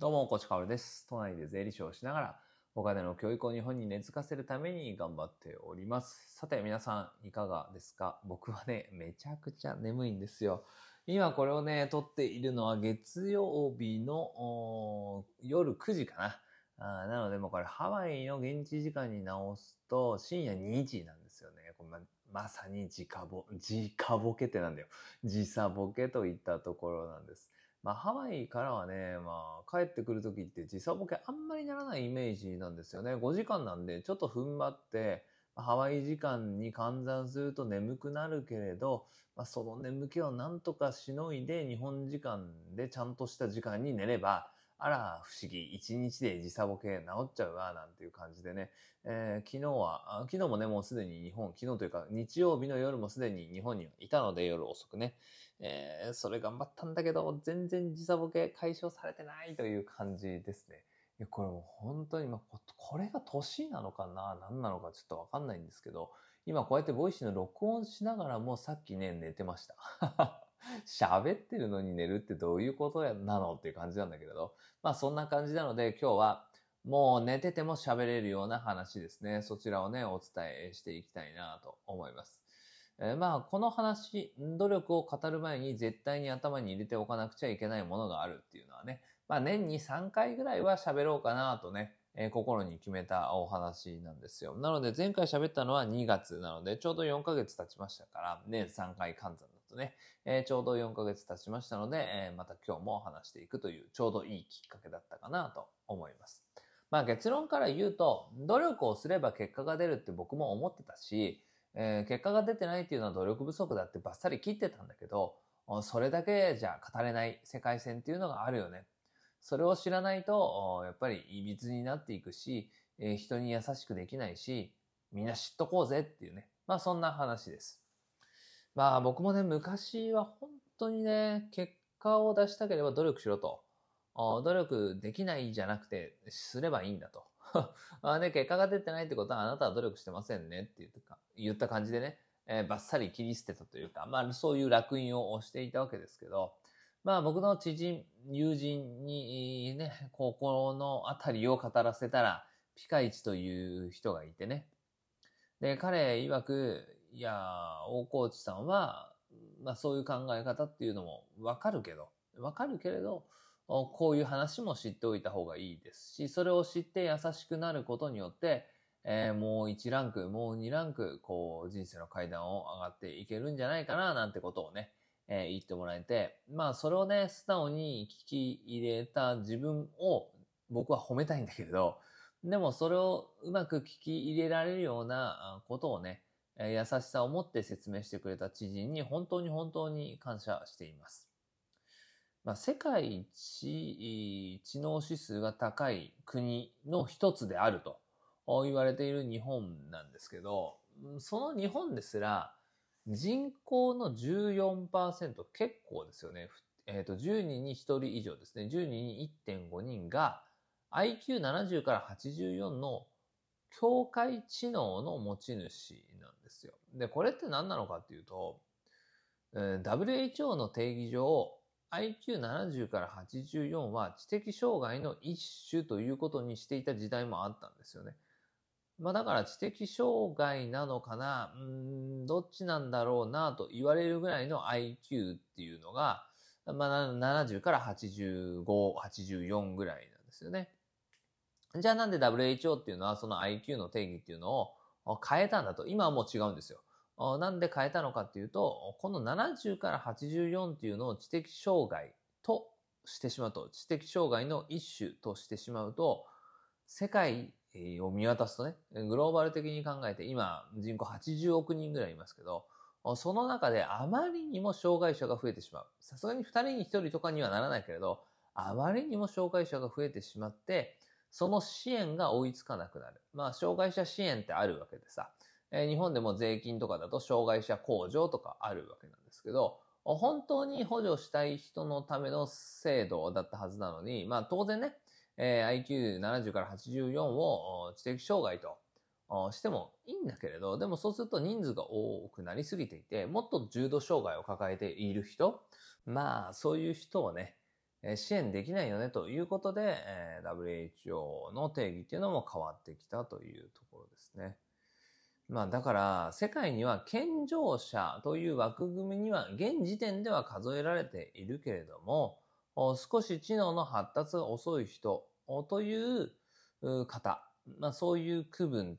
どうも、こちかおるです。都内で税理士をしながら、お金の教育を日本に根付かせるために頑張っております。さて、皆さん、いかがですか？僕はね、めちゃくちゃ眠いんですよ。今これをね、撮っているのは月曜日の夜9時かな。なので、もうこれハワイの現地時間に直すと深夜2時なんですよね。これまさに時価ボケってなんだよ。時差ボケといったところなんです。ハワイからはね、帰ってくるときって時差ボケあんまりならないイメージなんですよね。5時間なんで、ちょっと踏ん張って、ハワイ時間に換算すると眠くなるけれど、その眠気をなんとかしのいで日本時間でちゃんとした時間に寝れば、あら不思議、1日で時差ボケ治っちゃうわ、なんていう感じでね。昨日もね、もうすでに昨日というか日曜日の夜もすでに日本にいたので、夜遅くね。それ頑張ったんだけど、全然時差ボケ解消されてないという感じですね。これもう本当に、これが年なのかな、何なのかちょっとわかんないんですけど、今こうやってボイシーの録音しながらもさっきね、寝てました。喋ってるのに寝るってどういうことなのっていう感じなんだけれど、そんな感じなので今日はもう寝てても喋れるような話ですね。そちらをね、お伝えしていきたいなと思います。この話、努力を語る前に絶対に頭に入れておかなくちゃいけないものがあるっていうのはね、年に3回ぐらいは喋ろうかなとね、心に決めたお話なんですよ。なので前回喋ったのは2月なのでちょうど4ヶ月経ちましたから、年3回換算だとね、ちょうど4ヶ月経ちましたので、また今日も話していくというちょうどいいきっかけだったかなと思います。結論から言うと、努力をすれば結果が出るって僕も思ってたし、結果が出てないっていうのは努力不足だってバッサリ切ってたんだけど、それだけじゃ語れない世界線っていうのがあるよね。それを知らないと、やっぱり歪になっていくし、人に優しくできないし、みんな知っとこうぜっていうね。そんな話です。僕もね、昔は本当にね、結果を出したければ努力しろと。努力できないじゃなくて、すればいいんだと。結果が出てないってことはあなたは努力してませんねって言った感じでね、バッサリ切り捨てたというか、そういう烙印を押していたわけですけど、僕の知人、友人にね、ここのあたりを語らせたら、ピカイチという人がいてね。で、彼曰く、いや、大河内さんは、そういう考え方っていうのもわかるけれど、こういう話も知っておいた方がいいですし、それを知って優しくなることによって、もう1ランク、もう2ランク、こう、人生の階段を上がっていけるんじゃないかな、なんてことをね、言ってもらえて、それをね、素直に聞き入れた自分を僕は褒めたいんだけれど、でもそれをうまく聞き入れられるようなことをね、優しさを持って説明してくれた知人に本当に感謝しています。世界一知能指数が高い国の一つであると言われている日本なんですけど、その日本ですら人口の 14%、結構ですよね。10人に1人以上ですね。10人に 1.5 人が IQ70 から84の境界知能の持ち主なんですよ。で、これって何なのかっていうと、WHO の定義上、IQ70 から84は知的障害の一種ということにしていた時代もあったんですよね。だから知的障害なのかな、どっちなんだろうなと言われるぐらいの IQ っていうのが、70から85、84ぐらいなんですよね。じゃあなんで WHO っていうのはその IQ の定義っていうのを変えたんだと。今はもう違うんですよ。なんで変えたのかっていうと、この70から84っていうのを知的障害としてしまうと、知的障害の一種としてしまうと、世界を見渡すとね、グローバル的に考えて今人口80億人ぐらいいますけど、その中であまりにも障害者が増えてしまう。さすがに2人に1人とかにはならないけれど、あまりにも障害者が増えてしまって、その支援が追いつかなくなる。障害者支援ってあるわけでさ、日本でも税金とかだと障害者控除とかあるわけなんですけど、本当に補助したい人のための制度だったはずなのに、当然ね、IQ70 から84を知的障害としてもいいんだけれど、でもそうすると人数が多くなりすぎていて、もっと重度障害を抱えている人、そういう人をね、 支援できないよねということで、WHO の定義っていうのも変わってきたというところですね。だから世界には健常者という枠組みには現時点では数えられているけれども、少し知能の発達が遅い人という方、そういう区分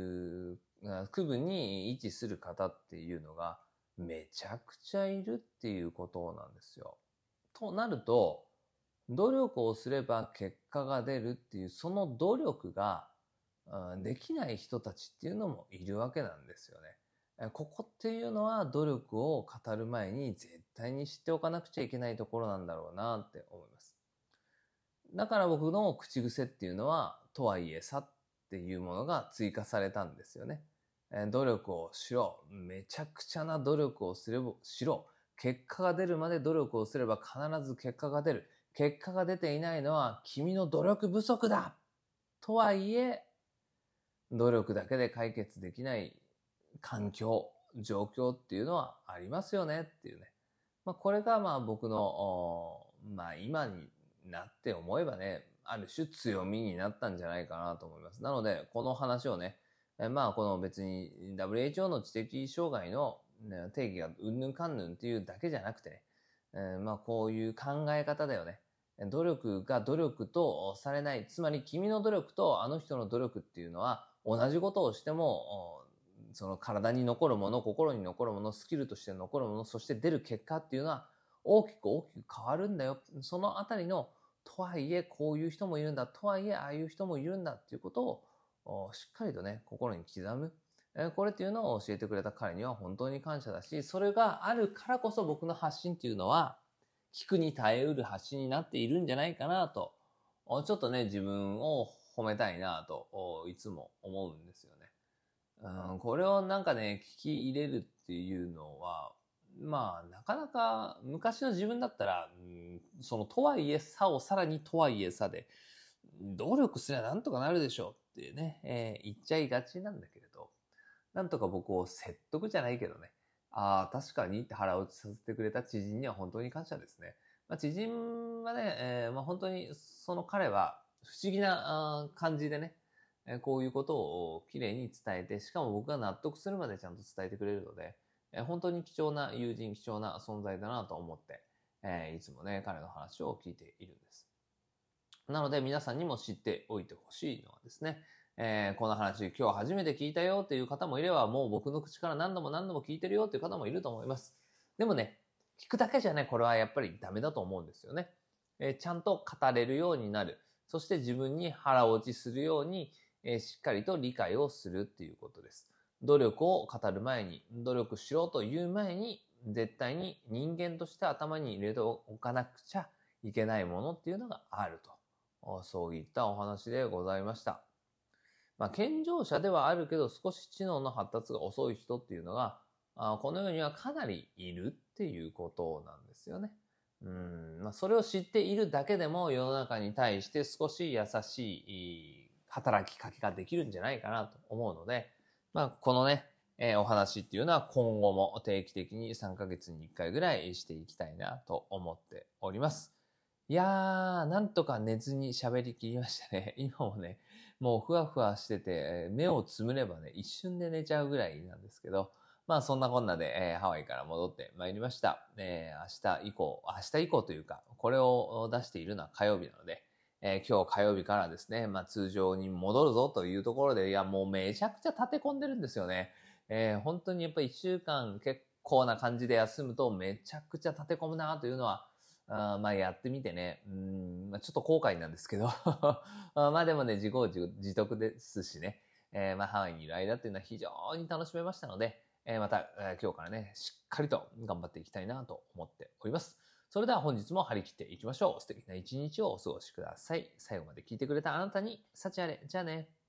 に位置する方っていうのがめちゃくちゃいるっていうことなんですよ。となると、努力をすれば結果が出るっていう、その努力ができない人たちっていうのもいるわけなんですよね。ここっていうのは努力を語る前に絶対に知っておかなくちゃいけないところなんだろうなって思います。だから僕の口癖っていうのは、とはいえさっていうものが追加されたんですよね。努力をしろ。めちゃくちゃな努力をしろ。結果が出るまで努力をすれば必ず結果が出る。結果が出ていないのは君の努力不足だとはいえ、努力だけで解決できない環境、状況っていうのはありますよねっていうね。これが僕の、今になって思えばね、ある種強みになったんじゃないかなと思います。なので、この話をね、この別に WHO の知的障害の定義がうんぬんかんぬんっていうだけじゃなくてね、こういう考え方だよね。努力が努力とされない。つまり君の努力とあの人の努力っていうのは同じことをしても、その体に残るもの、心に残るもの、スキルとして残るもの、そして出る結果っていうのは大きく変わるんだよ。そのあたりの、とはいえこういう人もいるんだ、とはいえああいう人もいるんだっていうことをしっかりとね、心に刻む。これっていうのを教えてくれた彼には本当に感謝だし、それがあるからこそ僕の発信っていうのは、聞くに耐えうる発信になっているんじゃないかなと、ちょっとね、自分を褒めたいなと、いつも思うんですよね。これをなんかね、聞き入れるっていうのは、なかなか昔の自分だったら、そのとはいえさをさらにとはいえさで、努力すればなんとかなるでしょうってね、言っちゃいがちなんだけれど、なんとか僕を説得じゃないけどね、確かにって腹落ちさせてくれた知人には本当に感謝ですね。知人はね、本当にその彼は不思議な感じでね、こういうことをきれいに伝えて、しかも僕が納得するまでちゃんと伝えてくれるので、本当に貴重な友人、貴重な存在だなと思って、いつもね、彼の話を聞いているんです。なので皆さんにも知っておいてほしいのはですね、この話今日初めて聞いたよっていう方もいれば、もう僕の口から何度も聞いてるよっていう方もいると思います。でもね、聞くだけじゃね、これはやっぱりダメだと思うんですよね。ちゃんと語れるようになる。そして自分に腹落ちするように、しっかりと理解をするっていうことです。努力を語る前に、努力しろという前に、絶対に人間として頭に入れておかなくちゃいけないものっていうのがあると。そういったお話でございました。健常者ではあるけど少し知能の発達が遅い人っていうのが、この世にはかなりいるっていうことなんですよね。それを知っているだけでも世の中に対して少し優しい働きかけができるんじゃないかなと思うので、このね、お話っていうのは今後も定期的に3ヶ月に1回ぐらいしていきたいなと思っております。いやー、なんとか寝ずに喋り切りましたね。今もね、もうふわふわしてて、目をつむればね、一瞬で寝ちゃうぐらいなんですけど、そんなこんなで、ハワイから戻ってまいりました。明日以降というか、これを出しているのは火曜日なので、今日火曜日からですね、通常に戻るぞというところで、いや、もうめちゃくちゃ立て込んでるんですよね。本当にやっぱり1週間結構な感じで休むとめちゃくちゃ立て込むなというのは、やってみてね、ちょっと後悔なんですけどでもね、自自得ですしね、ハワイにいる間っていうのは非常に楽しめましたので、また、今日からね、しっかりと頑張っていきたいなと思っております。それでは本日も張り切っていきましょう。素敵な一日をお過ごしください。最後まで聞いてくれたあなたに、幸あれ。じゃあね。